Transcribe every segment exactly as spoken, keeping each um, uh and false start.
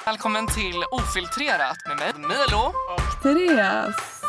Välkommen till Ofiltrerat med mig, Milo och Therese.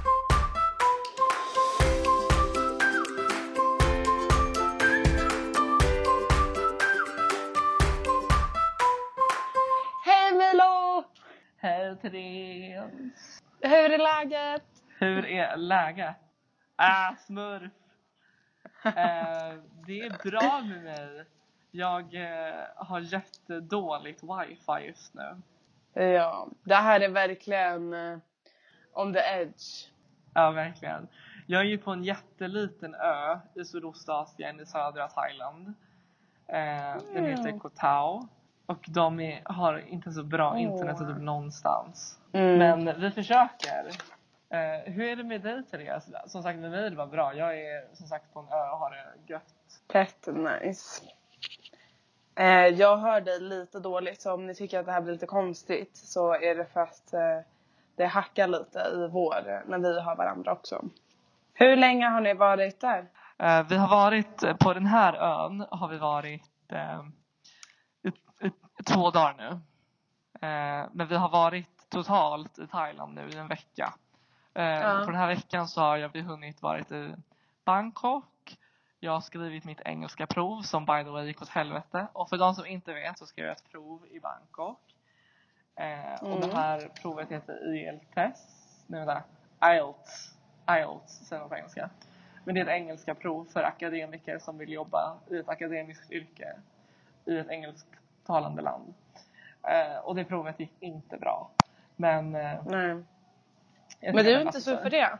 Hej Milo! Hej Therese. Hur är läget? Hur är läget? Ah, smurf. eh, det är bra med mig. Jag eh, har jättedåligt wifi just nu. Ja, det här är verkligen uh, on the edge. Ja, verkligen. Jag är ju på en jätteliten ö i Sydostasien i södra Thailand. Eh, mm. Den heter Koh Tao. Och de är, har inte så bra oh. internet typ någonstans. Mm. Men vi försöker. Eh, hur är det med dig, Therese? Som sagt, med mig det var bra. Jag är som sagt på en ö och har det gött. Fett nice. Eh, jag hör dig lite dåligt. Så om ni tycker att det här blir lite konstigt så är det för att eh, det hackar lite i vår när vi har varandra också. Hur länge har ni varit där? Eh, vi har varit på den här ön har vi varit eh, ut, ut, två dagar nu. Eh, men vi har varit totalt i Thailand nu i en vecka. Eh, ja. På den här veckan så har jag vi hunnit varit i Bangkok. Jag har skrivit mitt engelska prov som by the way gick åt helvete. Och för de som inte vet så skrev jag ett prov i Bangkok. Eh, mm. Och det här provet heter I E L T S. Nu där. I E L T S. I E L T S säger man på engelska. Men det är ett engelska prov för akademiker som vill jobba i ett akademiskt yrke i ett engelsktalande land. Eh, och det provet gick inte bra. Men, eh, Nej. Men du är inte sur för det?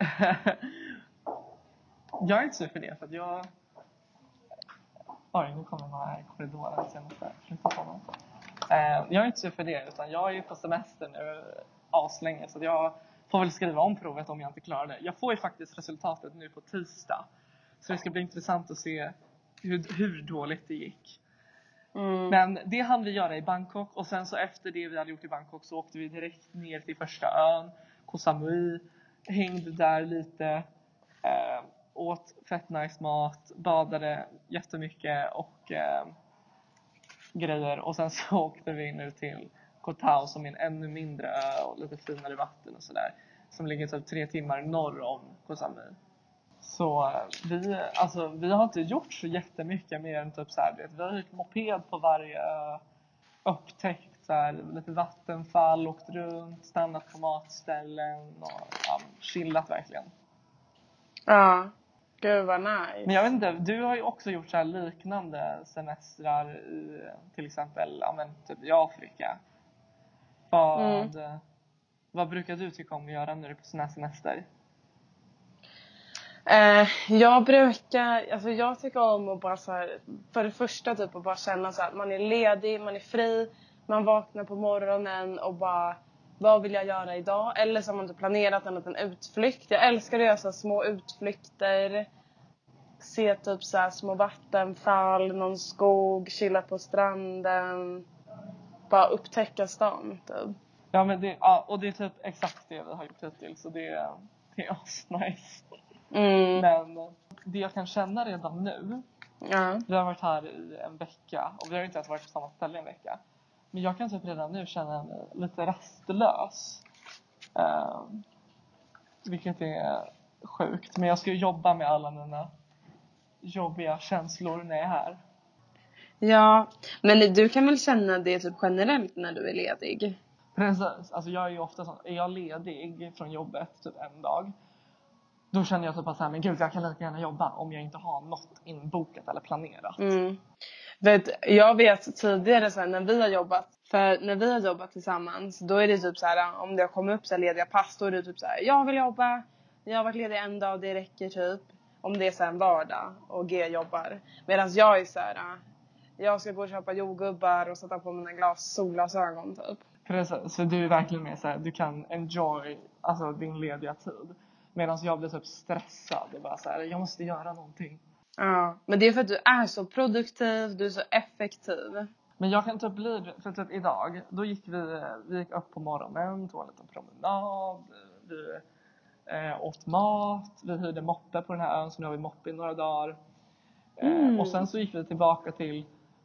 Jag är inte sur för det för att jag... Oj, nu kommer den här korridoren så jag måste flytta på mig. Eh, jag är inte sur för det utan jag är ju på semester nu aslänge så jag får väl skriva om provet om jag inte klarar det. Jag får ju faktiskt resultatet nu på tisdag. Så det ska bli intressant att se hur, hur dåligt det gick. Mm. Men det hann vi göra i Bangkok. Och sen så efter det vi hade gjort i Bangkok så åkte vi direkt ner till första ön, Koh Samui. Hängde där lite. Eh, åt fett nice mat. Badade jättemycket och eh, grejer. Och sen så åkte vi nu till Koh Tao som är en ännu mindre ö och lite finare vatten och sådär. Som ligger typ tre timmar norr om Koh Samui. Så vi, alltså, vi har inte gjort så jättemycket mer än typ så här, vi har hyrt moped på varje ö, upptäckt så här, lite vattenfall, åkt runt, stannat på matställen och ja, chillat verkligen. Ja, gud vad nice. Men jag vet inte, du har ju också gjort så här liknande semestrar i till exempel ja, men, typ i Afrika. Vad, mm. vad brukar du tycka om att göra när du är på sån här semester? Eh, jag brukar, alltså jag tycker om att bara så här, för det första typ att bara känna så att man är ledig, man är fri, man vaknar på morgonen och bara, vad vill jag göra idag? Eller så har man inte planerat en liten utflykt. Jag älskar att göra så små utflykter, se typ så här små vattenfall, någon skog, chilla på stranden, bara upptäcka stan typ. Ja men det, ja, och det är typ exakt det vi har gjort hittills, så det, det är nice. Mm. Men det jag kan känna redan nu, ja. Vi har varit här i en vecka och vi har inte ens varit på samma ställe en vecka. Men jag kan typ redan nu känna mig lite rastlös. Uh, vilket är sjukt. Men jag ska ju jobba med alla mina jobbiga känslor när jag är här. Ja, men du kan väl känna det typ generellt när du är ledig? Precis, alltså jag är ju ofta sån, är jag ledig från jobbet typ en dag, då känner jag typ att så här, men gud jag kan lika gärna jobba om jag inte har något inbokat eller planerat. Mm. Vet, jag vet tidigare så här, när vi har jobbat, för när vi har jobbat tillsammans, då är det typ så här, om det har kommit upp så här lediga pass, då är det typ så här, jag vill jobba, jag har varit ledig en dag, det räcker typ. Om det är så här en vardag och G jobbar. Medan jag är så här, jag ska gå och köpa jordgubbar och sätta på mina glas solglasögon typ. Precis, så du är verkligen med så här, du kan enjoy alltså din lediga tid. Medan jag blir typ stressad och bara så här, jag måste göra någonting. Ja, men det är för att du är så produktiv, du är så effektiv. Men jag kan typ bli, för typ idag, då gick vi, vi gick upp på morgonen, tog en liten promenad, vi eh, åt mat, vi hyrde moppe på den här ön, så nu har vi moppe i några dagar. Mm. Eh, och sen så gick vi tillbaka till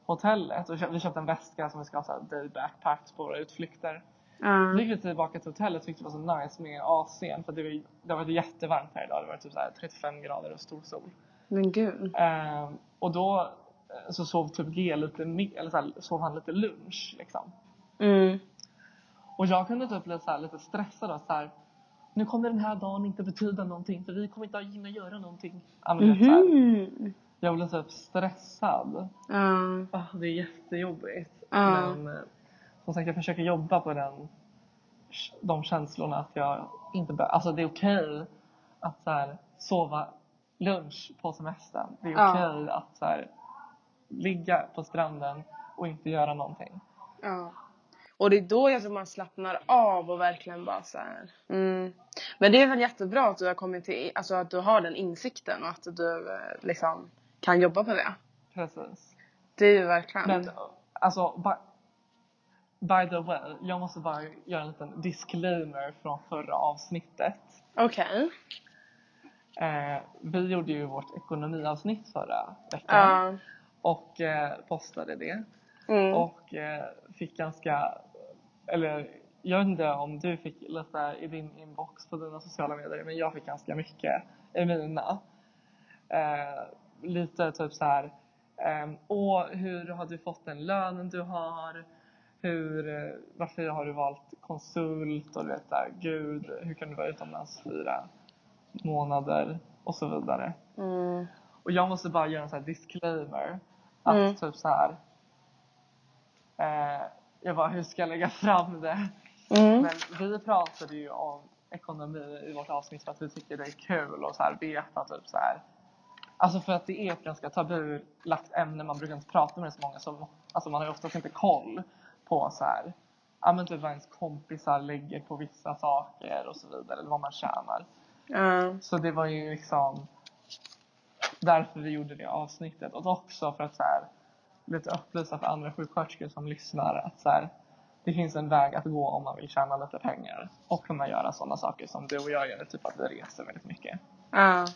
hotellet. Och vi köpte en väska som vi ska ha så här day backpacks på våra utflykter. Ja. Så gick vi tillbaka till hotellet och tyckte det var så nice med A C:n. För det var, det var jättevarmt här idag. Det var typ så här trettiofem grader och stor sol. Men gud. Um, och då så sov typ G lite, eller så här, sov han lite lunch liksom. Mm. Och jag kunde typ bli så här, lite stressad och så här, nu kommer den här dagen inte betyda någonting för vi kommer inte hinna göra någonting. Ja, men Mm-hmm. så här, jag blev typ stressad. Ja. Oh, det är jättejobbigt. Ja. Men eh, som sagt, jag försöker jobba på den, de känslorna att jag inte bör, alltså det är okej att så här, sova lunch på semestern. Det är Ja. okej att så här, ligga på stranden och inte göra någonting. Ja. Och det är då jag tror man slappnar av och verkligen bara så här. Mm. Men det är väl jättebra att du har kommit till, alltså att du har den insikten och att du eh, liksom kan jobba på det. Precis. Det är ju verkligen. Men alltså by, by the way, jag måste bara göra en liten disclaimer från förra avsnittet. Okej. Eh, vi gjorde ju vårt ekonomiavsnitt förra veckan. Ja. Och eh, postade det. Mm. Och eh, fick ganska, eller jag vet inte om du fick lite i din inbox på dina sociala medier, men jag fick ganska mycket i mina. Eh, lite typ så här, eh, åh, hur har du fått den lönen du har? Hur, eh, varför har du valt konsult? Och du vet där, gud, hur kan du vara utomlands fyra månader? Och så vidare. Mm. Och jag måste bara göra en sån här disclaimer. Att Mm. typ så här. Eh, jag bara, hur ska jag lägga fram det? Mm. Men vi pratade ju om ekonomi i vårt avsnitt för att vi tycker det är kul och så här veta typ så här. Alltså för att det är ett ganska tabulagt ämne. Man brukar inte prata med så många som, alltså man har ju oftast inte koll på så här. Ja, men typ vad ens kompisar lägger på vissa saker och så vidare. Eller vad man tjänar. Ja. Så det var ju liksom därför vi gjorde det avsnittet. Och också för att så här, lite upplysa för andra sjuksköterskor som lyssnar att så här, det finns en väg att gå om man vill tjäna lite pengar och kunna göra sådana saker som du och jag gör, typ att vi reser väldigt mycket. Ja.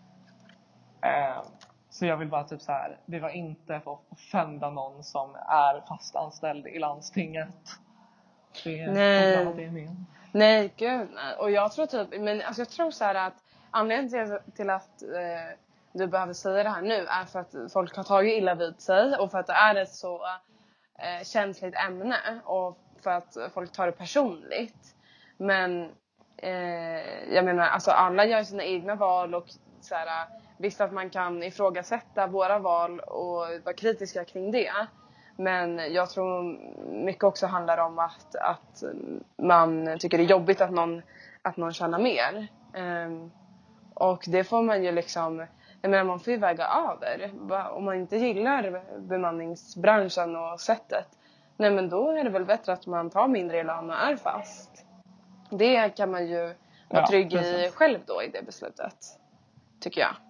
Eh, så jag vill bara typ så här, det var inte för att offenda någon som är fast anställd i landstinget. Det är Nej. bra, det är med. Nej, gud nej. Och jag tror typ, men alltså jag tror så här att anledningen till, till att eh, du behöver säga det här nu är för att folk har tagit illa vid sig och för att det är ett så eh, känsligt ämne och för att folk tar det personligt. Men eh, jag menar, alltså alla gör sina egna val och så här, visst att man kan ifrågasätta våra val och vara kritiska kring det. Men jag tror mycket också handlar om att, att man tycker det är jobbigt att någon, att någon tjänar mer. Um, och det får man ju liksom, jag menar man får ju väga över. Om man inte gillar bemanningsbranschen och sättet, nej men då är det väl bättre att man tar mindre i lön och är fast. Det kan man ju vara Ja, trygg precis. i själv då i det beslutet, tycker jag.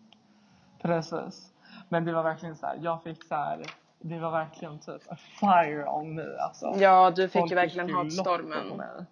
Precis. Men det var verkligen så här, jag fick så här, det var verkligen typ a fire on me alltså. Ja, du fick Folk ju verkligen gick ju hatstormen. lock på mig.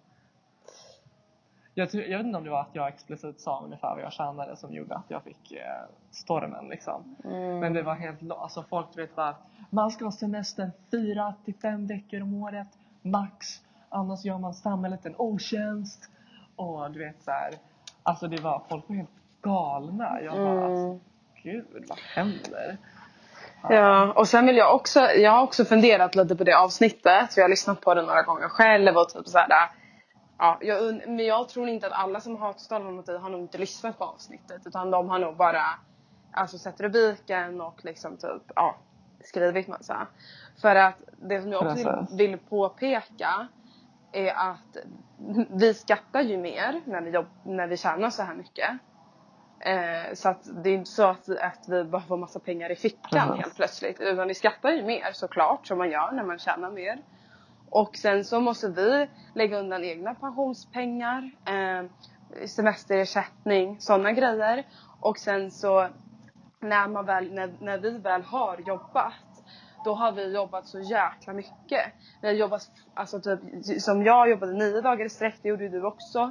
Jag, tror, jag vet inte om det var att jag explicit sa ungefär vad jag tjänade som gjorde att jag fick eh, stormen liksom. Mm. Men det var helt, lo- alltså folk vet bara, man ska ha semester fyra till fem veckor om året max. Annars gör man samhället en otjänst. Och du vet så här, alltså det var, folk var helt galna. Jag bara, Mm. alltså, gud, vad händer? Ja, och sen vill jag också, jag har också funderat lite på det avsnittet. För jag har lyssnat på det några gånger själv och typ såhär. Ja, jag, men jag tror inte att alla som har hatstormar mot dig har nog inte lyssnat på avsnittet. Utan de har nog bara alltså sett rubriken och liksom typ, ja, skrivit massa. För att det som jag också vill, Precis. vill påpeka är att vi skattar ju mer när vi, jobb, när vi tjänar så här mycket. Eh, så att det är inte så att, att vi bara får massa pengar i fickan Precis. helt plötsligt. Utan vi skattar ju mer såklart, som man gör när man tjänar mer. Och sen så måste vi lägga undan egna pensionspengar, eh, semesterersättning, sådana grejer. Och sen så när, man väl, när, när vi väl har jobbat, då har vi jobbat så jäkla mycket. Vi har jobbat, alltså typ, som jag jobbade nio dagar i sträck, det gjorde du också.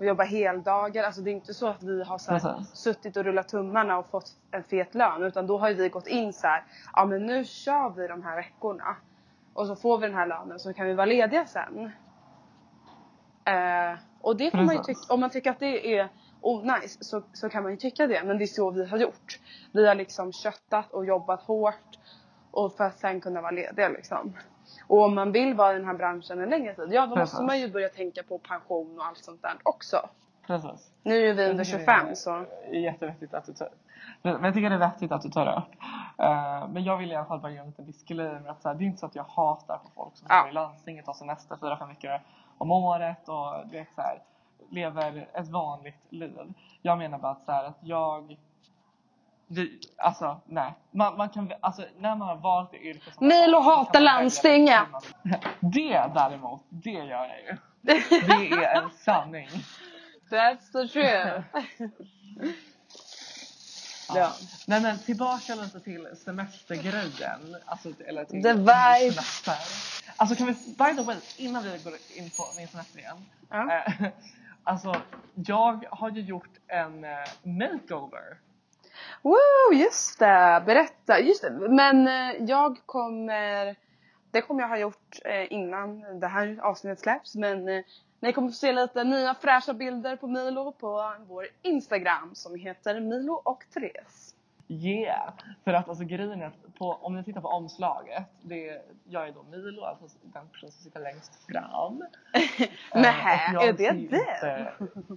och jobbar heldagar. Alltså det är inte så att vi har så här, Precis. suttit och rullat tummarna och fått en fet lön. Utan då har ju vi gått in så här, ja men nu kör vi de här veckorna. Och så får vi den här lönen så kan vi vara lediga sen. Eh, och det får man ju tycka, om man tycker att det är onajs så, så kan man ju tycka det. Men det är så vi har gjort. Vi har liksom köttat och jobbat hårt. Och för att sen kunna vara lediga liksom. Och om man vill vara i den här branschen en längre tid, ja då Precis. måste man ju börja tänka på pension och allt sånt där också. Precis. Nu är vi under tjugofem det är, så. Det är jättevettigt att du tar. Men jag tycker det är vettigt att du tar det upp. Uh, men jag vill i alla fall bara göra en liten disclaimer. Att så här, det är inte så att jag hatar på folk som Ja. går i landstinget och semester fyra, fem veckor om året. Och du vet, så här, lever ett vanligt liv. Jag menar bara att, så här, att jag... Det, alltså, nej. Man, man kan, alltså, när man har valt det yrke som Milo hatar landstinget. Det däremot, det gör jag ju. Det är en sanning. That's the truth. Ja. Ja. Nej men tillbaka lite till semestergrejen. Alltså, eller till The vibe. semester. Alltså kan vi, by the way, innan vi går in på min semester igen. Ja. Eh, alltså, jag har ju gjort en eh, makeover. Woo, just det. Berätta. Just det. Men eh, jag kommer... Det kommer jag ha gjort eh, innan det här avsnittet släpps. Men eh, ni kommer få se lite nya fräscha bilder på Milo på vår Instagram. Som heter Milo och Therese. Yeah. För att alltså grejen är att på, om ni tittar på omslaget. Det är, jag är då Milo, alltså den person som sitter längst fram. Men Eh, här, och jag är det ser det? inte-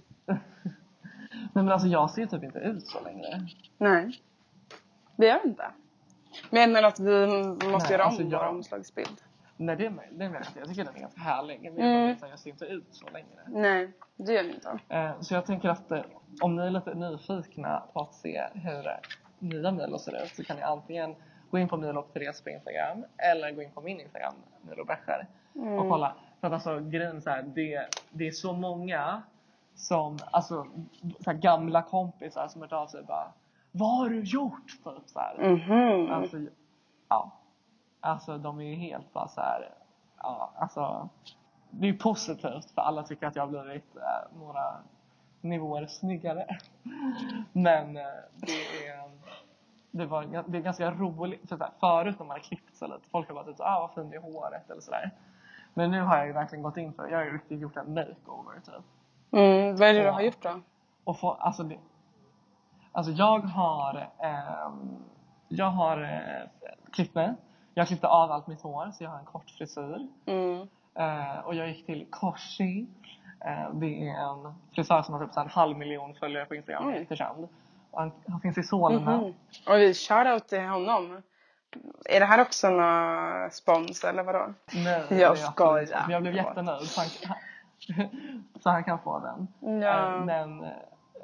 Nej men alltså jag ser typ inte ut så längre. Nej. Det gör inte. Menar att vi måste Nej, göra om alltså vår jag- omslagsbild? Nej det, det menar jag inte. Jag tycker den är ganska härlig. Men Mm. jag, bara, jag ser inte ut så längre. Nej, det gör vi inte. Eh, så jag tänker att eh, om ni är lite nyfikna på att se hur eh, nya Milo ser ut. Så kan ni antingen gå in på Milo och Therese på Instagram. Eller gå in på min Instagram, Milo Becher. Mm. Och kolla. För att alltså grejen så här, det, det är så många som, alltså så här, gamla kompisar som hört av sig bara. Vad har du gjort? Typ så här. Mhm. Alltså, ja. Alltså de är ju helt bara så här. Ja, alltså. Det är positivt för alla tycker att jag har blivit eh, några nivåer snyggare. Men eh, det är det var det är ganska roligt för så här, förut när man har klippt sig lite. Folk har bara typ ah vad fint i håret eller sådär. Men nu har jag ju verkligen gått in för jag har ju riktigt gjort en makeover typ. Mm, vad är det du Ja. har gjort då? Och få, alltså, det, alltså jag har ehm, jag har eh, klippt mig. Jag klippte av allt mitt hår så jag har en kort frisyr. Mm. Eh, och jag gick till Korsi. Eh, det är en frisör som har typ så här en halv miljon följare på Instagram. Oj. Jättekänd. Och han, han finns i Solna. Mhm. Och vi shoutout till honom. Är det här också någon spons eller vadå? Nej, det är Jag absolut skojar. inte. Men jag blev jättenöjd. Så han, så han kan få den. Ja. Eh, men, eh,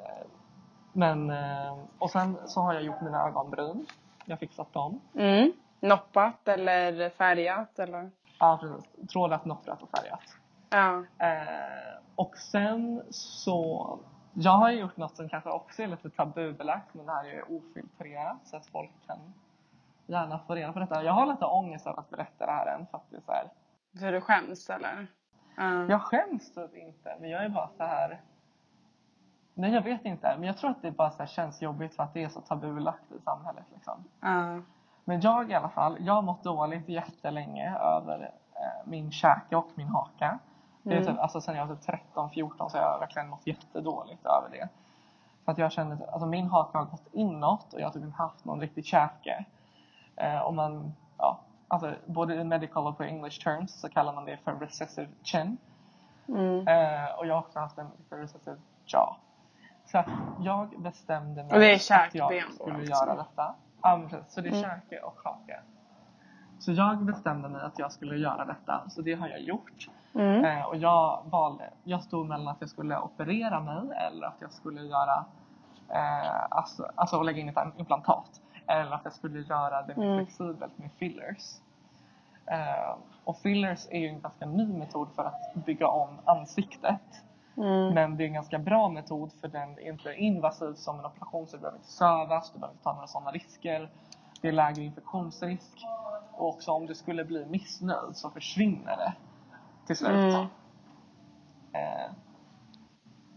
men eh, och sen så har jag gjort mina ögonbryn. Jag har fixat dem. Mm. Noppat eller färgat eller? Ja, precis. Trådat, nopprat och färgat. Ja. Eh, och sen så jag har ju gjort något som kanske också är lite tabubelagt, men det här är ju ofiltrerat så att folk kan gärna få reda på detta. Jag har lite ångest av att berätta det här än faktiskt så här. För du skäms eller? Ja. Jag skäms typ inte, men jag är bara så här. Nej, jag vet inte, men jag tror att det bara så här känns jobbigt för att det är så tabubelagt i samhället liksom. Ja. Men jag i alla fall, jag har mått dåligt jättelänge över eh, min käke och min haka. Det är Mm. typ, alltså sen jag var typ tretton fjorton så har jag verkligen mått jättedåligt över det. För att jag känner att alltså min haka har gått inåt och jag har typ inte haft någon riktig käke. Eh, och man, ja, alltså både i medical och på English terms så kallar man det för recessive chin. Mm. Eh, och jag har också haft en för recessive jaw. Så att jag bestämde mig Och det är att käkben jag då, skulle alltså. göra detta. Ja, men precis. Så det är Mm. käke och haka. Så jag bestämde mig att jag skulle göra detta. Så det har jag gjort. Mm. Eh, och jag valde, jag stod mellan att jag skulle operera mig eller att jag skulle göra, eh, alltså, alltså lägga in ett implantat. Eller att jag skulle göra det mer Mm. flexibelt med fillers. Eh, och fillers är ju en ganska ny metod för att bygga om ansiktet. Mm. Men det är en ganska bra metod för den är inte invasiv som en operation så du behöver inte sövas, du behöver inte ta några sådana risker. Det är lägre infektionsrisk. Och också om du skulle bli missnöjd så försvinner det till slut. Mm. Eh,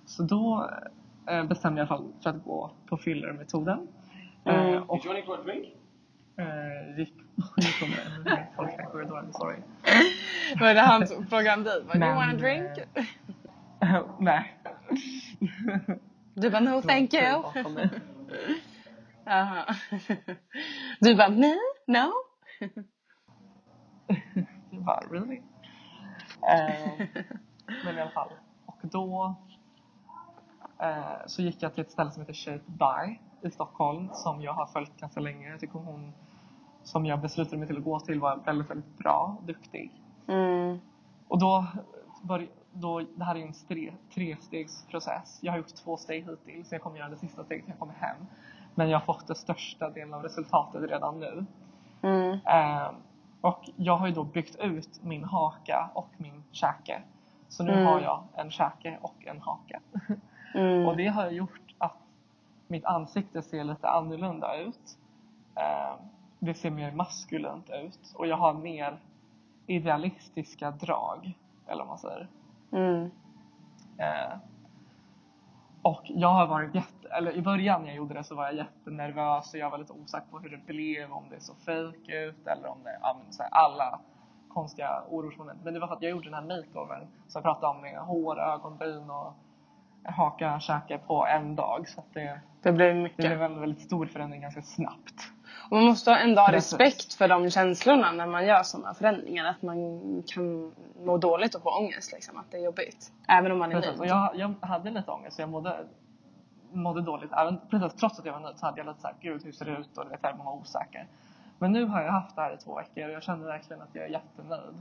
så då eh, bestämde jag i alla fall för att gå på filler-metoden. Mm. Eh, och Did you want to go a drink? eh, gick... gick om det. Folk i korridoren, sorry. Var det han som frågade dig? Do you want a drink? Eh, nej. Du bara no thank Det var you. bakom mig. Aha. Du bara me? No? Jag bara, really? Eh, men i alla fall. Och då eh, så gick jag till ett ställe som heter Shape By i Stockholm, som jag har följt ganska länge. Jag tycker hon som jag beslutade mig till att gå till var väldigt, väldigt bra, duktig. Mm. Och då, bör, då det här är en tre, trestegsprocess. Jag har gjort två steg hittills, så jag kommer göra det sista steget när jag kommer hem. Men jag har fått det största delen av resultatet redan nu. Mm. Eh, och jag har ju då byggt ut min haka och min käke. Så nu Mm. har jag en käke och en haka. Mm. Och det har gjort att mitt ansikte ser lite annorlunda ut. Eh, det ser mer maskulint ut. Och jag har mer idealistiska drag. Eller vad man säger. Mm. Eh, och jag har varit jätte... Eller i början när jag gjorde det så var jag jättenervös. Och jag var lite osäker på hur det blev. Om det såg fake ut. Eller om det... Ja, men så här, alla konstiga orosmoment. Men det var för att jag gjorde den här makeovern. Som jag pratade om med hår, ögonbryn och haka, käke på en dag. Så att det, Det blir det mycket. blev en väldigt stor förändring ganska snabbt. Och man måste ändå ha Precis. respekt för de känslorna när man gör sådana förändringar. Att man kan må dåligt och få ångest. Liksom, att det är jobbigt. Även om man är Precis. nöjd. Och jag, jag hade lite ångest. Så jag mådde, mådde dåligt. Även, precis, trots att jag var nöjd så hade jag lite så här, gud hur ser det ut? Och du vet, jag var osäker. Men nu har jag haft det här i två veckor. Och jag känner verkligen att jag är jättenöjd.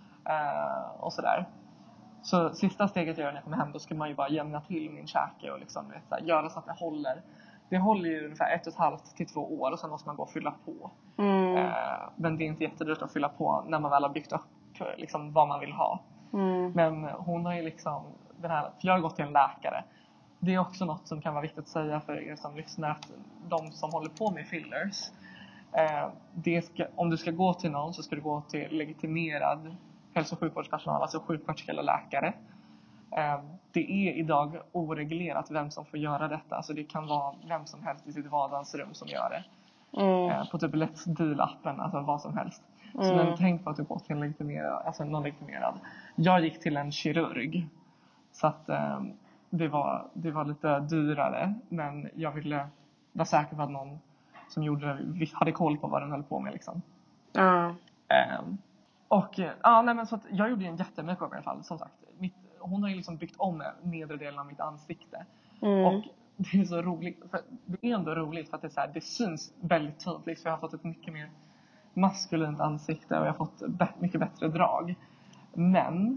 Uh, och sådär. Så sista steget jag gör när jag kommer hem, då ska man ju bara jämna till min käke och liksom, vet, så här, göra så att det håller. Det håller ju ungefär ett och ett halvt till två år och sen måste man gå och fylla på. Mm. Eh, men det är inte jättedyrt att fylla på när man väl har byggt upp liksom, vad man vill ha. Mm. Men hon har ju liksom, den här, för jag har gått till en läkare. Det är också något som kan vara viktigt att säga för er som lyssnar, att de som håller på med fillers, eh, det ska, om du ska gå till någon så ska du gå till legitimerad hälso- och sjukvårdspersonal, alltså sjuksköterska eller läkare. Eh, det är idag oreglerat vem som får göra detta. Alltså det kan vara vem som helst i sitt vardagsrum som gör det. Mm. Eh, på typ Let's Deal-appen, alltså vad som helst. Så Mm. men tänk på att du går till en legitimerad, alltså någon legitimerad. Jag gick till en kirurg. Så att eh, det, var, det var lite dyrare. Men jag ville vara säker på att någon som gjorde det hade koll på vad den höll på med liksom. Ja. Eh, och ja, nej, men så att jag gjorde en jättemakeover i alla fall. Som sagt, mitt, hon har ju liksom byggt om nedre delen av mitt ansikte. Mm. Och det är så roligt. För det är ändå roligt för att det, är så här, det syns väldigt tydligt. För jag har fått ett mycket mer maskulint ansikte. Och jag har fått be- mycket bättre drag. Men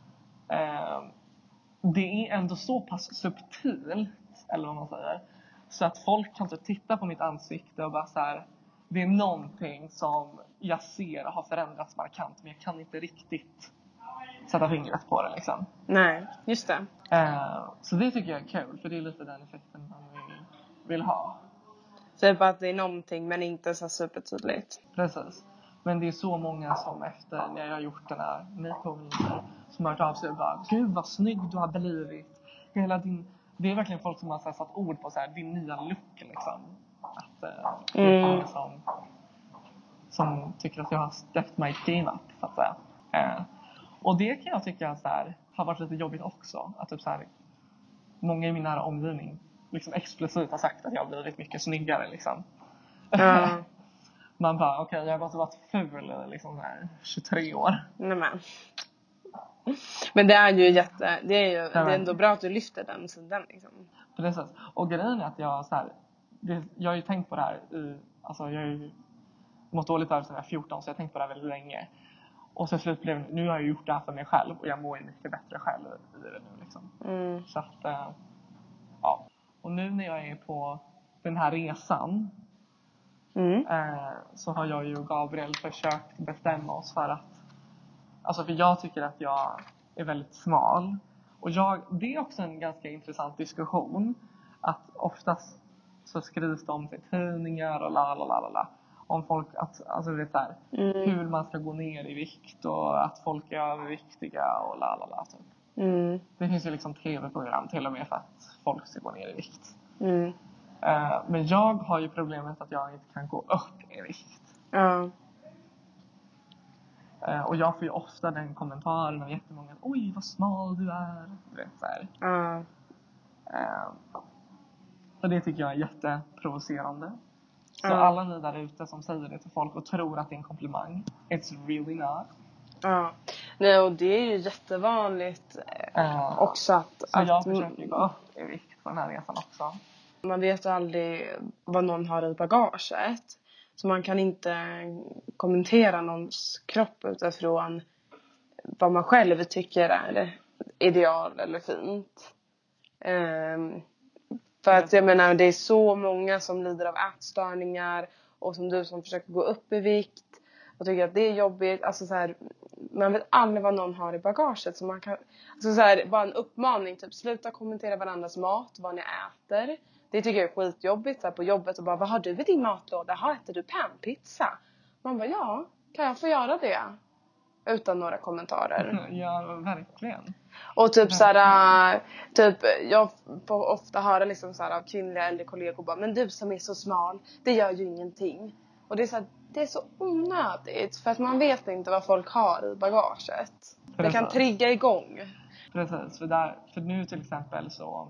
eh, det är ändå så pass subtilt. Eller vad man säger. Så att folk kan inte titta på mitt ansikte och bara så här. Det är någonting som jag ser har förändrats markant. Men jag kan inte riktigt sätta fingret på det liksom. Nej, just det. Uh, så det tycker jag är kul. För det är lite den effekten man vill, vill ha. Typ att det är någonting men inte så supertydligt. Precis. Men det är så många som efter när jag har gjort den här makeovern som har hört av sig och bara, gud vad snygg du har blivit. Hela din... Det är verkligen folk som har så här, satt ord på så här, din nya look liksom. Att uh, det är Mm. folk som, som tycker att jag har stepped my game up, så att säga. Uh, och det kan jag tycka så här, har varit lite jobbigt också. Att typ så här, många i min nära omgivning liksom explicit har sagt att jag har blivit mycket snyggare liksom. Ja. Man bara, okej, okay, jag har gått och varit ful liksom här tjugotre år. Nej, men. Men det är ju jätte, det är ju det är ändå bra att du lyfter den sidan liksom. Precis. Och grejen är att jag så här, det, jag har ju tänkt på det här i, alltså jag har ju mått dåligt över sedan jag var fjorton, så jag har tänkt på det här väldigt länge. Och så slut blev, nu har jag gjort det här för mig själv och jag mår ju mycket bättre själv i det nu liksom. Mm. Så att, äh, ja. Och nu när jag är på den här resan Mm. äh, så har jag ju och Gabriel försökt bestämma oss för att, alltså för jag tycker att jag är väldigt smal. Och jag, det är också en ganska intressant diskussion. Att oftast så skrivs det om sig tidningar och la la la la la. Om folk, att, alltså det är så här, Mm. hur man ska gå ner i vikt och att folk är överviktiga och la la la typ. Mm. Det finns ju liksom tv-program till och med för att folk ska gå ner i vikt. Mm. Uh, men jag har ju problemet att jag inte kan gå upp i vikt. Ja. Uh, och jag får ju ofta den kommentaren av jättemånga. Oj, vad smal du är. Du vet, så här. Ja. Uh, och det tycker jag är jätteprovocerande. Så Ja. alla ni där ute som säger det till folk och tror att det är en komplimang. It's really not. Ja. Nej, och det är ju jättevanligt Uh, också att... så att jag försöker gå upp i vikt på den här resan också. Man vet ju aldrig vad någon har i bagaget. Så man kan inte kommentera någons kropp utifrån vad man själv tycker är ideal eller fint. Um, för att jag menar, det är så många som lider av ätstörningar. Och som du som försöker gå upp i vikt. Och tycker att det är jobbigt. Alltså så här, man vet aldrig vad någon har i bagaget. Så man kan, alltså så här, bara en uppmaning. Typ, sluta kommentera varandras mat. Vad ni äter. Det tycker jag är skitjobbigt så här, på jobbet. Och bara, vad har du i din matlåda? Har äter du panpizza? Man bara, ja. Kan jag få göra det? Utan några kommentarer. Ja, verkligen. Och typ såhär, typ, jag får ofta höra liksom såhär av kvinnliga äldre kollegor bara, men du som är så smal, det gör ju ingenting. Och det är så här, det är så onödigt, för att man vet inte vad folk har i bagaget. Precis. Det kan trigga igång. Precis, för, där, för nu till exempel så,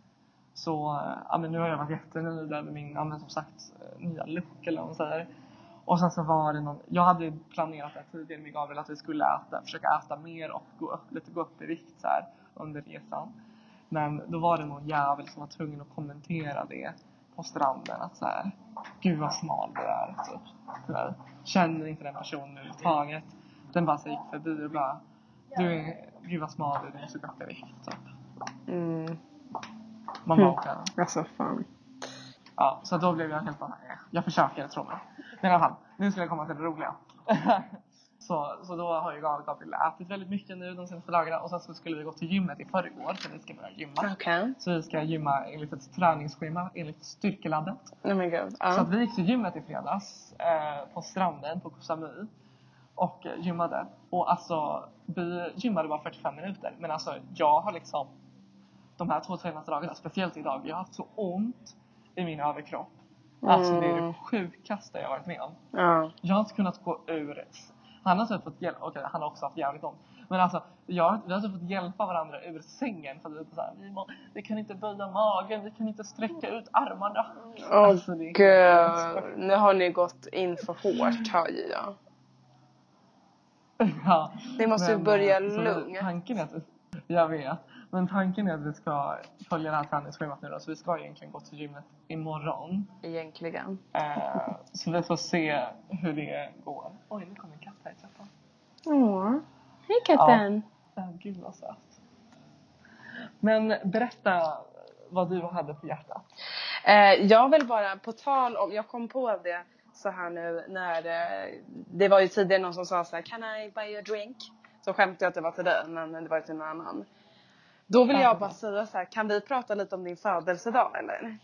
så ja men nu har jag varit jättenöjd där med min, ja men som sagt, nya look eller vad man säger. Och sen så var det någon, jag hade planerat det tidigare med Gabriel att vi skulle äta, försöka äta mer och gå upp, lite gå upp i vikt så här under resan. Men då var det någon jävel som var tvungen att kommentera det på stranden att så här, gud vad smal du är typ. Så här, känner inte den personen överhuvudtaget. Den bara så gick förbi och bara, du är, gud vad smal du är, du måste gå upp i vikt typ. Mm. Man bara åker. Alltså fan. Ja, så då blev jag helt bara, nej, jag försöker, tror mig. Men i alla fall, nu ska jag komma till det roliga. så, så då har ju Gabriel ätit väldigt mycket nu de senaste dagarna. Och sen så skulle vi gå till gymmet i förrgår, för vi ska börja gymma. Okay. Så vi ska gymma enligt ett träningsschema, enligt styrkeladdet. Oh my God. Uh. Så att vi gick till gymmet i fredags eh, på stranden på Koh Samui. Och eh, gymmade. Och alltså, vi gymmade bara fyrtiofem minuter. Men alltså, jag har liksom, de här två senaste dagarna, speciellt idag, jag har haft så ont i min överkropp. Alltså det är det sjukaste jag har varit med om. Ja. Jag har inte kunnat gå ur. Han har typ fått hjälp. Okej, han har också haft jävligt om. Men alltså, jag, vi har typ fått hjälpa varandra ur sängen. För att vi, så här, vi, må, vi kan inte böja magen. Vi kan inte sträcka ut armarna. Åh alltså, gud. Nu har ni gått in för hårt, hör jag. Ja. Ni måste men, börja så lugnt. Tanken är att, jag vet. Men tanken är att vi ska följa det här träningsschemat nu då. Så vi ska egentligen gå till gymmet imorgon. Egentligen. Uh, så vi får se hur det går. Oj, nu kommer en katt här i trappan. Åh, hej katten. Ja, uh, gud vad söt. Men berätta vad du hade på hjärtat. Uh, jag vill bara, på tal om, jag kom på det så här nu när uh, det var ju tidigare någon som sa så här, can I buy you a drink? Så skämtade jag att det var till dig, men det var till någon annan. Då vill jag bara säga så här, kan vi prata lite om din födelsedag eller?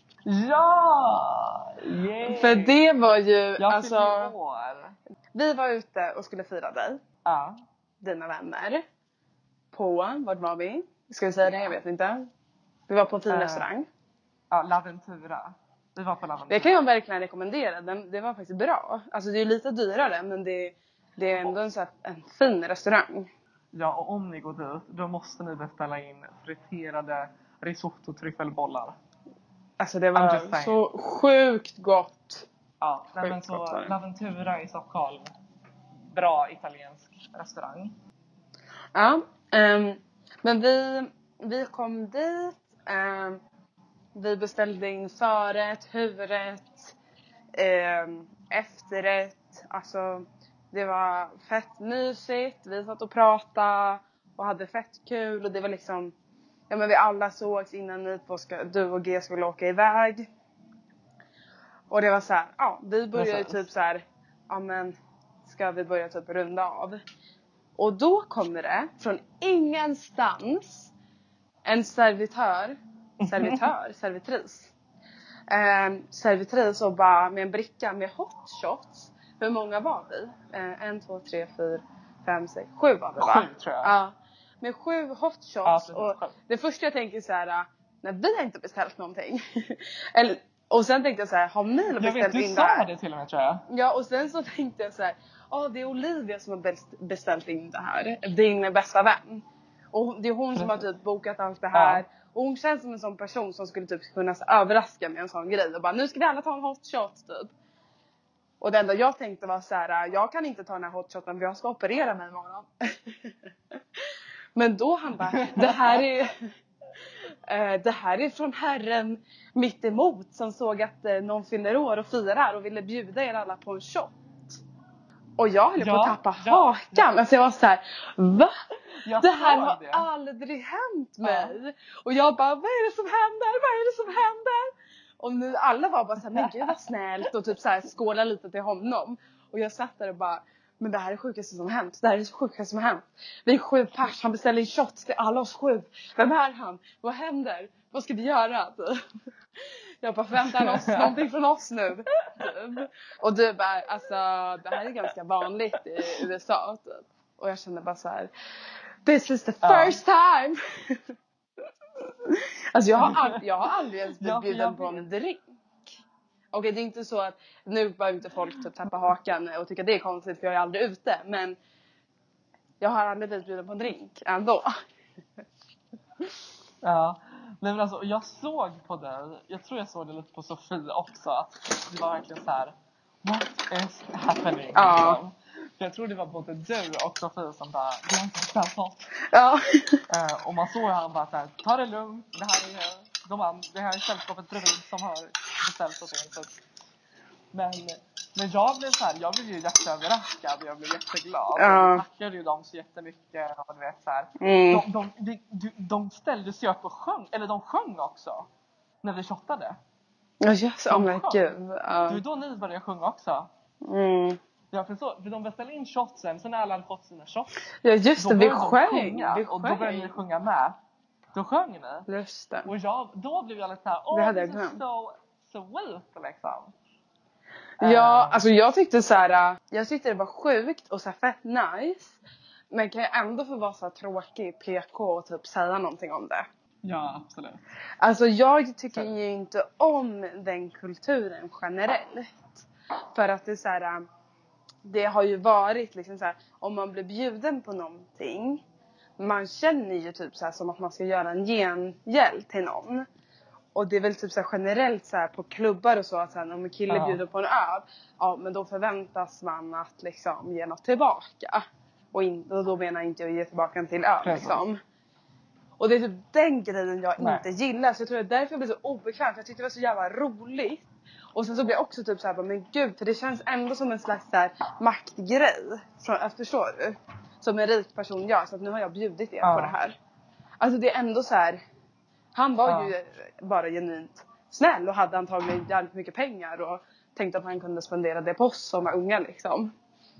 Ja! Yay. För det var ju, jag alltså, år. vi var ute och skulle fira dig. Ja. Dina vänner. På, vart var vi? Ska vi säga det? Jag vet inte. Vi var på en fin uh, restaurang. Ja, Laventura. Vi var på Laventura. Det kan jag verkligen rekommendera. Den, det var faktiskt bra. Alltså det är lite dyrare, men det, det är ändå en, så här, en fin restaurang. Ja, och om ni går dit, då måste ni beställa in friterade risotto tryffelbollar. Alltså det var så sjukt gott. Ja, nej, men så Laventura i Stockholm. Bra italiensk restaurang. Ja, um, men vi, vi kom dit. Um, vi beställde in förrätt, huvudrätt, um, efterrätt. Alltså det var fett mysigt. Vi satt och pratade och hade fett kul. Och det var liksom, ja men vi alla sågs innan ni två ska, du och G skulle åka iväg. Och det var så här, ja vi började ju typ så här, ja men ska vi börja typ runda av. Och då kommer det från ingenstans en servitör, servitör, servitris. Eh, servitris och bara med en bricka med hot shots. Hur många var vi? Eh, en, två, tre, fyra, fem, sex, sju var vi va? Sju tror jag. Ja. med sju hot shots. Ja, precis. Och det första jag tänker så här, nej, vi har inte beställt någonting. Eller, och sen tänkte jag så här, har Milo beställt jag vet, du in sa det här? det till och med, tror jag. Ja, och sen så tänkte jag så här, ja, det är Olivia som har best- beställt in det här. Din bästa vän. Och det är hon som har typ bokat allt det här. Ja. Och hon känns som en sån person som skulle typ kunna så överraska med en sån grej. Och bara, nu ska vi alla ta en hot shot typ. Och det enda jag tänkte var så här, jag kan inte ta den här hot shoten för jag ska operera mig imorgon. Men då han bara, det här är eh, det här är från herren mitt emot som såg att eh, någon fyller år och firar och ville bjuda er alla på en shot. Och jag höll Ja, på att tappa ja, hakan. ja. Alltså jag var så här, va? Jag Det här såg har det. aldrig hänt mig. Och jag bara, vad är det som händer? Vad är det som händer? Och nu alla var bara så här, men gud vad snällt. Och typ så här skåla lite till honom. Och jag satt där och bara, men det här är det sjukaste som har hänt. Det här är det sjukaste som har hänt. Vi är sju pers, han beställer in shots till alla oss sju. Vem är han? Vad händer? Vad ska vi göra? Jag bara, förväntar han oss någonting från oss nu? Och du bara, alltså det här är ganska vanligt i U S A typ. Och jag kände bara så här, this is the first time. Alltså jag har, all, jag har aldrig ens blivit Ja, bjuden jag på vet. en drink. Okej, det är inte så att nu behöver inte folk typ tappa hakan och tycka det är konstigt för jag är aldrig ute. Men jag har aldrig blivit bjuden på en drink ändå. Ja, nej men alltså jag såg på dig, jag tror jag såg det lite på Sofie också, att det var verkligen så här, what is happening? Ja. Liksom. För jag tror det var både du och Sofie som bara, det är inte så fort. Ja. Uh, och man såg hur han bara så här, ta det lugnt, det här är de and- det här är sällskapet bredvid som har beställt och så. så. Men, men jag blev så här, jag blev ju jätteöverraskad och jag blev jätteglad. Ja. Jag tackade ju dem så jättemycket och du vet så här. Mm. De, de, de, de, de ställde sig upp och sjöng, eller de sjöng också när vi shottade. Ja, yes, oh De my sjöng. gud. Det Ja. var då ni började sjunga också. Mm. Ja, för, så, för de beställde in shotsen, sen när alla hade fått sina shots, Ja, just då det, vi började de sjöng. sjunga, Vi och då började ni sjöng. sjunga med. Då sjöng ni. Just det. Och jag, då blev jag lite såhär, Det åh, hade jag this is glömt. so sweet liksom. Ja, Eh, alltså jag tyckte så här, jag tyckte det var sjukt och så här fett nice. Men kan jag ändå få vara så här tråkig, P K och typ säga någonting om det? Ja, absolut. Alltså jag tycker Så. ju inte om den kulturen generellt. För att det är så här, det har ju varit liksom så här, om man blir bjuden på någonting, man känner ju typ så här som att man ska göra en gengäld till någon. Och det är väl typ så här generellt så här på klubbar och så att så här, om en kille Ja. bjuder på en öl, ja men då förväntas man att liksom ge något tillbaka. Och, in, och då menar jag inte att ge tillbaka till öl Precis. liksom. Och det är typ den grejen jag Nej. inte gillar. Så jag tror att därför jag blir så obekväm. För jag tyckte det var så jävla roligt. Och sen så blir jag också typ såhär, men gud. För det känns ändå som en slags där maktgrej. Från, förstår du? Som en rik person gör. Så att nu har jag bjudit er Ja. på det här. Alltså det är ändå så här. Han var Ja. ju bara genuint snäll. Och hade antagligen jävligt mycket pengar. Och tänkte att han kunde spendera det på oss som var unga liksom.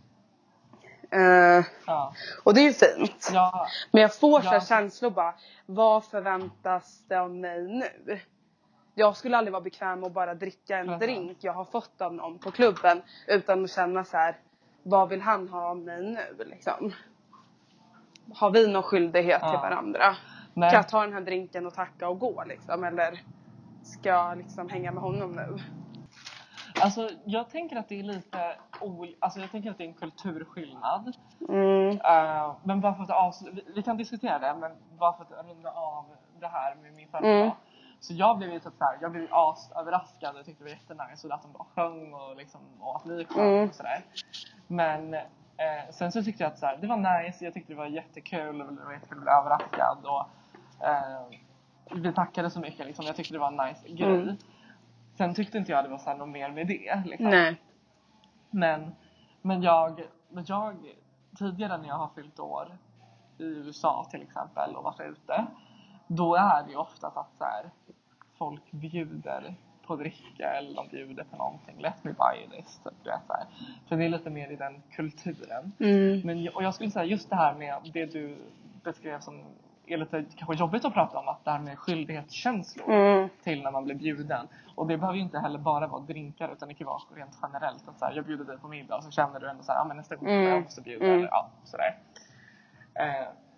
Uh, Ja. och det är ju fint. Ja. Men jag får så här Ja. känslor bara, vad förväntas det av mig nu? Jag skulle aldrig vara bekväm att bara dricka en Precis. drink jag har fått av någon på klubben. Utan att känna så här, vad vill han ha av mig nu liksom? Har vi någon skyldighet Ja. till varandra? Nej. Kan jag ta den här drinken och tacka och gå liksom? Eller ska jag liksom hänga med honom nu? Alltså jag tänker att det är lite ol- alltså jag tänker att det är en kulturskillnad. Mm. Uh, men bara för att avsluta, vi, vi kan diskutera det, men bara för att runda av det här med min födelsedag. Mm. Så jag blev ju typ så här, jag blev as överraskad och tyckte det var jättenice och att de bara sjöng och liksom, och att ni sjöng Mm. och sådär. Men eh, sen så tyckte jag att så här, det var nice, jag tyckte det var jättekul och det var jättekul att bli överraskad och eh, vi tackade så mycket liksom, jag tyckte det var en nice grej. Mm. Sen tyckte inte jag det var så här något mer med det liksom. Nej. Men, men, jag, men jag, tidigare när jag har fyllt år i U S A till exempel och varit ute, då är det ju ofta att så här, folk bjuder på dricka eller de bjuder på någonting. Let me buy this. Typ, du vet, så här. För det är lite mer i den kulturen. Mm. Men, och jag skulle säga just det här med det du beskrev som är lite kanske jobbigt att prata om, att det här med skyldighetskänslor Mm. till när man blir bjuden. Och det behöver ju inte heller bara vara drinkar, utan det kan vara rent generellt. Att så här, jag bjuder dig på middag och så känner du ändå så här, ah, men nästa gång Mm. jag måste bjuda. Mm. Eller, ja, sådär. Eh,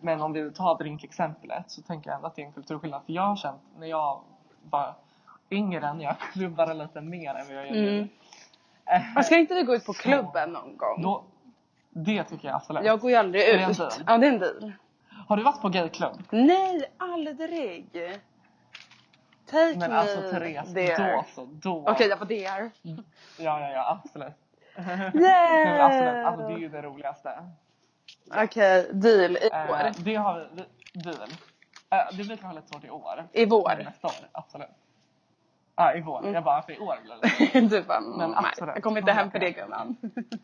Men om vi tar drinkexemplet så tänker jag ändå att det är en kulturskillnad. För jag har känt när jag var yngre än jag klubbade lite mer än vad jag gör nu. Mm. Man ska inte vi gå ut på klubben någon gång? Då, det tycker jag absolut. Jag går ju aldrig Är det en ut. deal? Ja, det är en deal. Har du varit på gayklubb? Nej, aldrig. Take Men me alltså Therese, there. då så, då. Okej, okay, jag var där. Ja, ja, ja, absolut. Yeah. Men absolut, alltså det är ju det roligaste. Okej, okay, deal i Eh, år. det har vi, vi deal. Eh, det blir kanske lite svårt i år. I vår? Men nästa år, absolut. Ja, ah, i vår. Mm. Jag bara, för i år blir det. Du bara, men nej, absolut. jag kommer inte hem för det, gumman.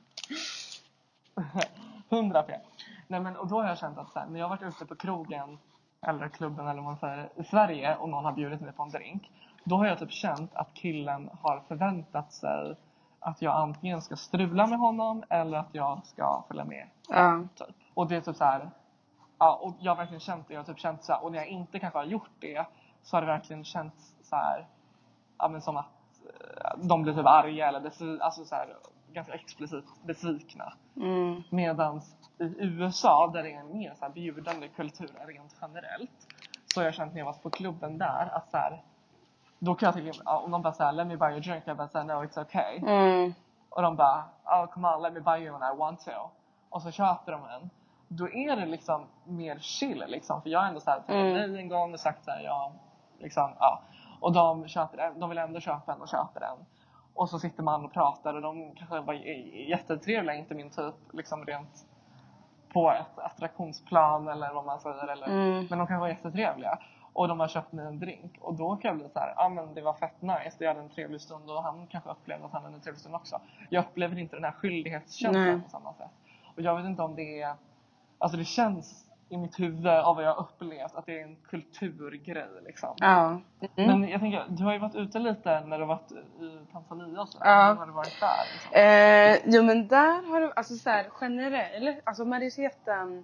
Hundra p. Nej, men och då har jag känt att så här, när jag har varit ute på krogen eller klubben eller vad man säger i Sverige och någon har bjudit mig på en drink, då har jag typ känt att killen har förväntat sig att jag antingen ska strula med honom eller att jag ska följa med. Ja. Typ. Och det är typ så här, ja, och jag har verkligen känt det. Jag har typ känt så här, och när jag inte kanske har gjort det så har det verkligen känts så här, ja, men som att eh, de blir typ arga eller besv- alltså så här, ganska explicit besvikna. Mm. Medans i U S A där det är en mer så här bjudande kultur rent generellt, så har jag känt när jag var på klubben där att så här, då kan jag till och om de bara säger let me buy you a drink, jag bara säger no it's okay. Mm. Och de bara oh come on let me buy you when I want to. Och så köper de en. Då är det liksom mer chill liksom, för jag har ändå så här Mm. nej en gång och sagt så här, ja liksom ja, och de köper de vill ändå köpa en och köper den. Och så sitter man och pratar och de kanske var jättetrevliga, inte min typ liksom rent på ett attraktionsplan eller vad man säger eller Mm. men de kan vara jättetrevliga. Och de har köpt mig en drink. Och då kan jag bli så här, ja ah, men det var fett nice. Jag hade en trevlig stund och han kanske upplevde att han hade en trevlig stund också. Jag upplever inte den här skyldighetskänslan Nej. på samma sätt. Och jag vet inte om det är, alltså det känns i mitt huvud av vad jag har upplevt att det är en kulturgrej liksom. Ja. Mm. Men jag tänker, du har ju varit ute lite när du har varit i Tanzania och så. Ja. Hur har du varit där liksom? Eh, jo men där har du, alltså så här generellt, alltså majoriteten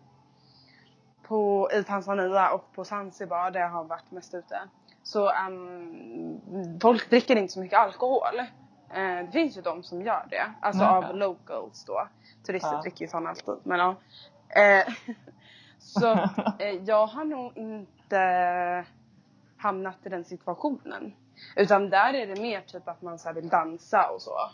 på, i Tanzania och på Zanzibar där jag har varit mest ute. Så um, folk dricker inte så mycket alkohol. Eh, det finns ju de som gör det. Alltså Nej, av okay. locals då. Turister Ja. dricker ju sån alltid. Men ja. Eh, så eh, jag har nog inte hamnat i den situationen. Utan där är det mer typ att man så här vill dansa och så.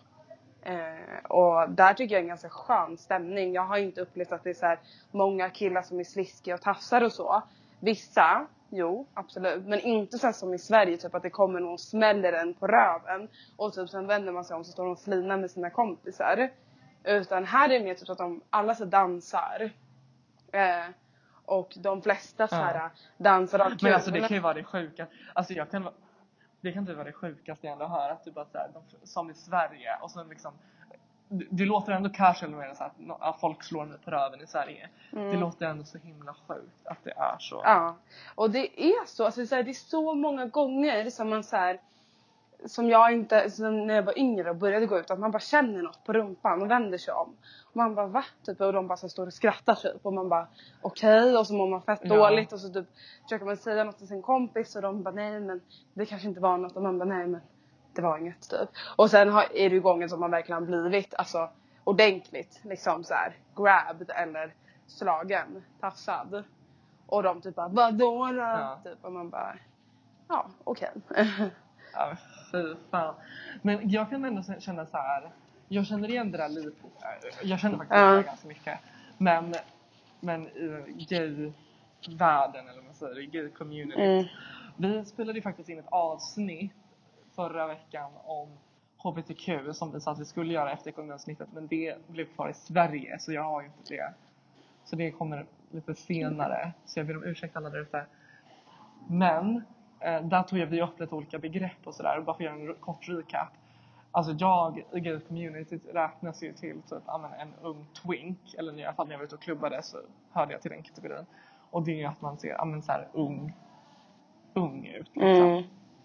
Eh, och där tycker jag är en ganska skön stämning. Jag har inte upplevt att det är så här många killar som är sliskiga och tafsar och så. Vissa, jo absolut. Men inte så här som i Sverige, typ att det kommer någon smäller en på röven. Och typ sen vänder man sig om så står de och flinar med sina kompisar. Utan här är det mer typ att de alla så dansar. Eh, och de flesta så här Ja. dansar av kul. Men alltså det kan ju vara det sjuka. Alltså jag kan det kan inte vara det sjukaste jag ändå hör att du bara så här, de, som i Sverige och sen liksom det, det låter ändå casual med så att, att folk slår mig på röven i Sverige. Mm. Det låter ändå så himla sjukt att det är så. Ja. Och det är så, alltså så här, det är så många gånger som man så här, som jag inte, som när jag var yngre och började gå ut, att man bara känner något på rumpan och vänder sig om. Och man bara va? Typ, och de bara så står och skrattar typ. Och man bara okej, okay. Och så mår man fett Ja. dåligt. Och så typ försöker man säga något till sin kompis. Och de bara nej men det kanske inte var något. Och man bara nej men det var inget typ. Och sen har, är det ju gånger som man verkligen har blivit alltså ordentligt liksom så här grabbed eller slagen, tafsad. Och de typ bara vadå då? Ja. Typ, och man bara ja okej. Okay. Ja, fy fan. Men jag kan ändå känna så här. Jag känner igen det där lite. Jag känner faktiskt Ja. det ganska mycket. Men, men i gay-världen eller vad man säger, i gay-community. Mm. Vi spelade ju faktiskt in ett avsnitt förra veckan om H B T Q som vi sa att vi skulle göra efter kongresssnittet. Men det blev kvar i Sverige så jag har ju inte det. Så det kommer lite senare. Så jag ber om ursäkt alla där ute. Men eh, där tog jag vi upp lite olika begrepp och sådär. Bara för att göra en kort recap. Alltså jag i gay community räknas ju till typ amen, en ung twink. Eller i alla fall när jag var ute och klubbade så hörde jag till den kategorin. Och det är ju att man ser amen, så här, ung, ung ut. Liksom. Mm.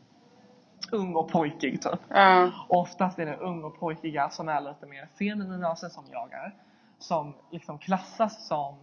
Ung och pojkig typ. Ja. Och oftast är det ung och pojkiga som är lite mer feminina som jag är. Som liksom klassas som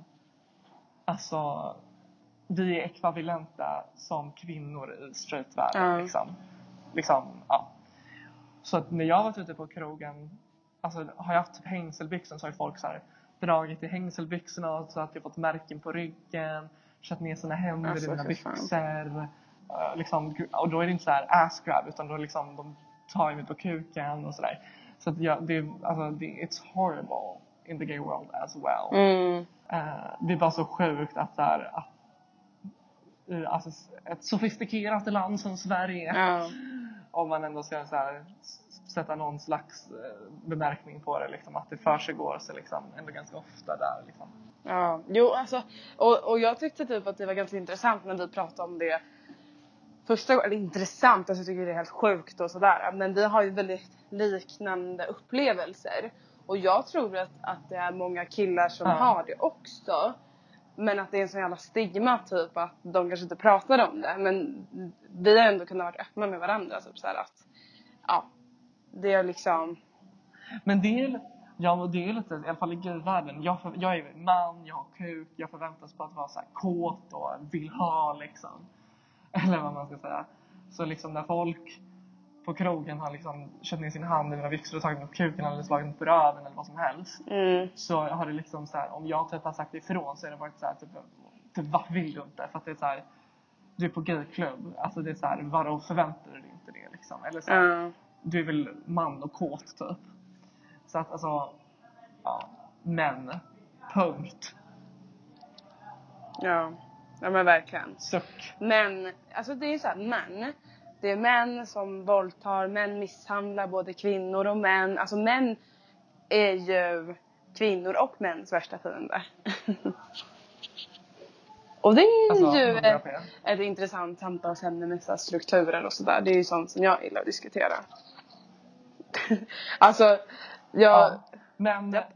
alltså vi är ekvivalenta som kvinnor i straight-världen. Ja. Liksom. Liksom, ja. Så att när jag varit ute på krogen, alltså har jag haft typ hängselbyxor så har ju folk så här dragit i hängselbyxorna så att jag fått märken på ryggen, kört ner sina händer Alltså, i mina fy fan. byxor. Uh, liksom, och då är det inte så här ass grab, utan då liksom de tar mig på kuken och sådär. Så att jag, det, alltså, det, it's horrible in the gay world as well. Mm. Uh, det är bara så sjukt att, där, att uh, alltså, ett sofistikerat land som Sverige, Ja. om man ändå ska så här, sätta någon slags uh, bemärkning på det, liksom, att det försiggår så liksom, ändå ganska ofta där. Liksom. Ja, jo alltså, och, och jag tyckte typ att det var ganska intressant när vi pratade om det första gången, eller intressant, alltså jag tycker det är helt sjukt och sådär, men vi har ju väldigt liknande upplevelser och jag tror att, att det är många killar som Ja. har det också, men att det är en sån jävla stigma typ att de kanske inte pratar om det, men vi har ändå kunnat vara öppna med varandra typ såhär att, ja, det är liksom. Men det är, ja, det är lite, i alla fall i gayvärlden, jag, för, jag är man, jag har kuk, jag förväntas på att vara så här kåt och vill ha liksom. Eller vad man ska säga. Så liksom när folk på krogen har liksom kört ner sin hand i mina byxor och tagit mig på kuken eller slagit mig på röven eller vad som helst. Mm. Så har det liksom så här, om jag typ har sagt ifrån så är det varit så här typ, typ vad vill du inte? För att det är så här, du är på gayklubb. Alltså det är så här, vadå förväntar du dig inte det liksom? Eller så här, Mm. du är väl man och kåt typ. Så att alltså, ja, men, punkt. Ja, ja men verkligen. Suck. Men, alltså det är så här, män. Det är män som våldtar, män misshandlar både kvinnor och män. Alltså män är ju kvinnor och mäns värsta fiende. Och det är Alltså, ju hundra ett, procent. ett intressant samtalsämne med så här strukturer och sådär. Det är ju sånt som jag gillar att diskutera. Alltså, jag... Ja, men... Japp.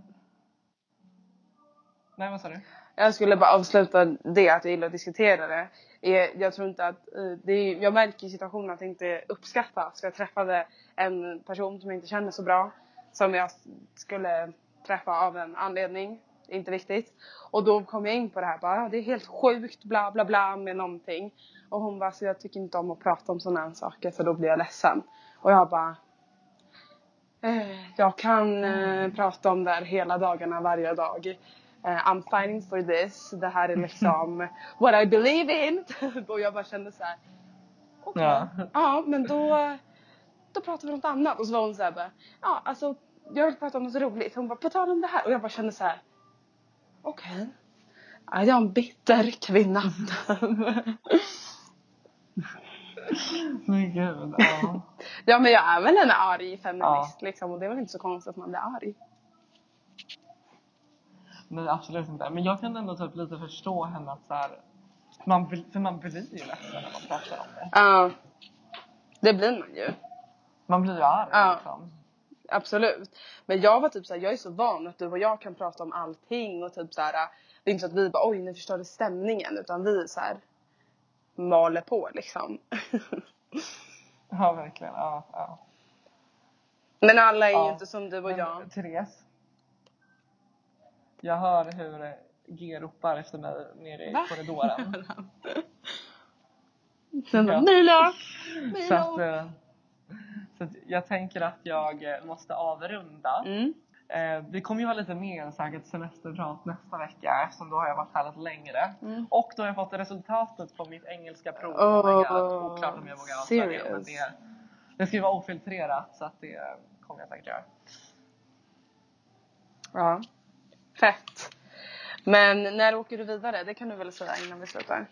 Nej, vad sa du? Jag skulle bara avsluta det att jag gillar att diskutera det. Jag tror inte att det är, jag märker i situationen att det inte uppskattas. För jag träffade en person som jag inte känner så bra, som jag skulle träffa av en anledning, inte viktigt. Och då kom jag in på det här, bara, det är helt sjukt bla bla bla med någonting. Och hon bara, så jag tycker inte om att prata om sådana här saker för då blir jag ledsen. Och jag bara, eh, jag kan eh, prata om det här hela dagarna, varje dag. Uh, I'm fighting for this. Det här är liksom what I believe in. Och jag bara kände så här. Okej. Okay. Ja. ja, men då då pratar vi om något annat. Och så var hon så här bara, ja, alltså jag vill prata om något roligt. Hon bara, på tal om det här. Och jag bara kände så här. Okej. Okay. Ja, jag är en bitter kvinna. Men gud, ja. Ja, men jag är väl en arg feminist, ja. liksom. Och det är väl inte så konstigt att man blir arg. Nej, absolut inte. Men jag kan ändå typ lite förstå henne att så här, man blir, för man blir ju ledsen när man pratar om det. Ja, uh, det blir man ju. Man blir ju arg uh, liksom. Absolut. Men jag var typ så här, jag är så van att du och jag kan prata om allting och typ så här, det är inte så att vi bara, oj, nu förstörde stämningen, utan vi så här maler på liksom. Ja, verkligen. Ja, ja. Men alla är ja. ju inte som du och Men, jag. Therese. Jag hör hur G ropar efter mig nere i Va? korridoren. Ja. Milo! Så att, så att jag tänker att jag måste avrunda. Mm. Eh, vi kommer ju ha lite mer säkert semesterprat nästa vecka, eftersom då har jag varit här lite längre. Mm. Och då har jag fått resultatet på mitt engelska prov. Oh, oh my God. Oklart om jag vågar avslöja det, men det, det ska ju vara ofiltrerat, så att det kommer jag säkert göra. Ja, fett. Men när åker du vidare? Det kan du väl säga innan vi slutar.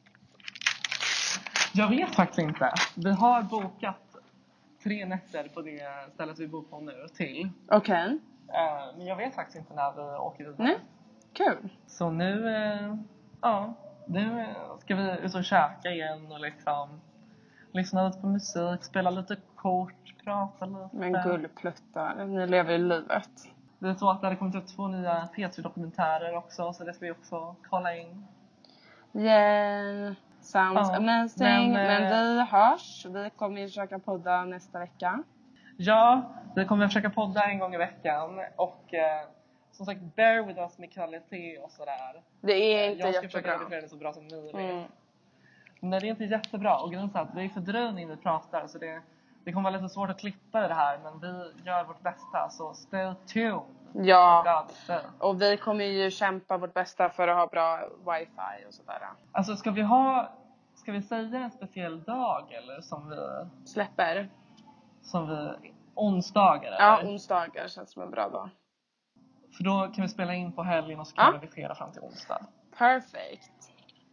Jag vet faktiskt inte. Vi har bokat tre nätter på det stället vi bor på nu till. Okej. Okay. Uh, men jag vet faktiskt inte när vi åker vidare. Nej, kul. Så nu, uh, ja, nu ska vi ut och käka igen och liksom lyssna lite på musik, spela lite kort, prata lite. Men gullpluttar, ni lever i livet. Det är så att det hade kommit ut två nya P tre-dokumentärer också, så det ska vi också kolla in. Yeah, sounds ja, amazing. Men, men vi hörs. Vi kommer ju försöka podda nästa vecka. Ja, vi kommer försöka podda en gång i veckan. Och eh, som sagt, bear with us med kvalitet och sådär. Det är inte jag ska jättebra. försöka redigera det så bra som möjligt. Mm. Men det är inte jättebra. Och grejen är att det är fördröjning vi pratar, så det Det kommer vara lite svårt att klippa det här, men vi gör vårt bästa, så stay tuned. Ja, God sake. och vi kommer ju kämpa vårt bästa för att ha bra wifi och sådär. Alltså ska vi ha, ska vi säga en speciell dag eller som vi, Släpper. som vi, onsdagar eller? Ja, onsdagar känns som en bra dag. För då kan vi spela in på helgen och så kan Ja. vi redigera fram till onsdag. Perfect.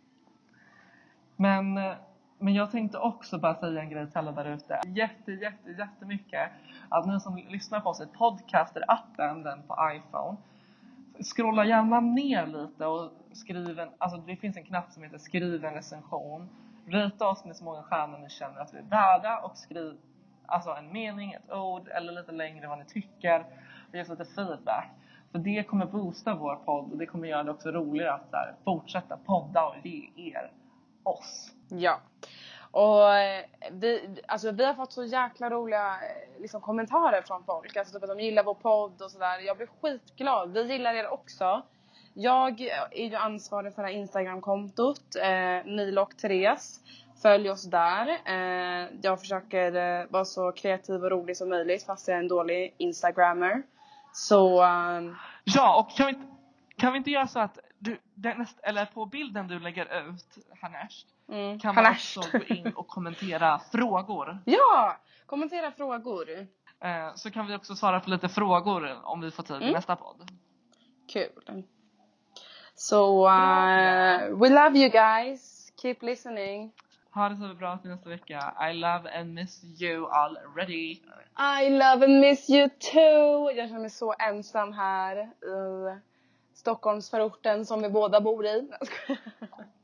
Men, men jag tänkte också bara säga en grej till alla där ute. Jätte, jätte, jättemycket att ni som lyssnar på oss i podcaster-appen, den på iPhone, scrolla gärna ner lite och skriv en, alltså det finns en knapp som heter skriv en recension. Rita oss med så många stjärnor ni känner att vi är värda och skriv alltså en mening, ett ord eller lite längre vad ni tycker och ge oss lite feedback. För det kommer boosta vår podd och det kommer göra det också roligare att så här, fortsätta podda och ge er oss. Ja. Och eh, vi, alltså, vi har fått så jäkla roliga eh, liksom, kommentarer från folk. Alltså typ att de gillar vår podd och sådär. Jag blir skitglad. Vi gillar er också. Jag är ju ansvarig för det här Instagram-kontot. Eh, Milo och Therese. Följ oss där. Eh, jag försöker eh, vara så kreativ och rolig som möjligt. Fast jag är en dålig Instagrammer. Så... Um... Ja, och kan vi, inte, kan vi inte göra så att du, den näst, eller på bilden du lägger ut härnäst, Mm. kan man Härnäst. också gå in och kommentera frågor. Ja! Kommentera frågor. Eh, så kan vi också svara på lite frågor om vi får tid i Mm. nästa podd. Kul. So, uh, we love you guys. Keep listening. Ha det så bra till nästa vecka. I love and miss you already. I love and miss you too. Jag känner mig så ensam här i Stockholmsförorten som vi båda bor i.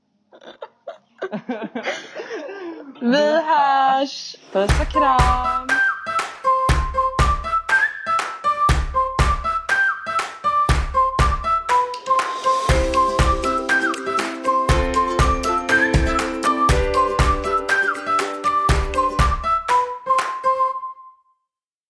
Vi hörs. Puss och kram.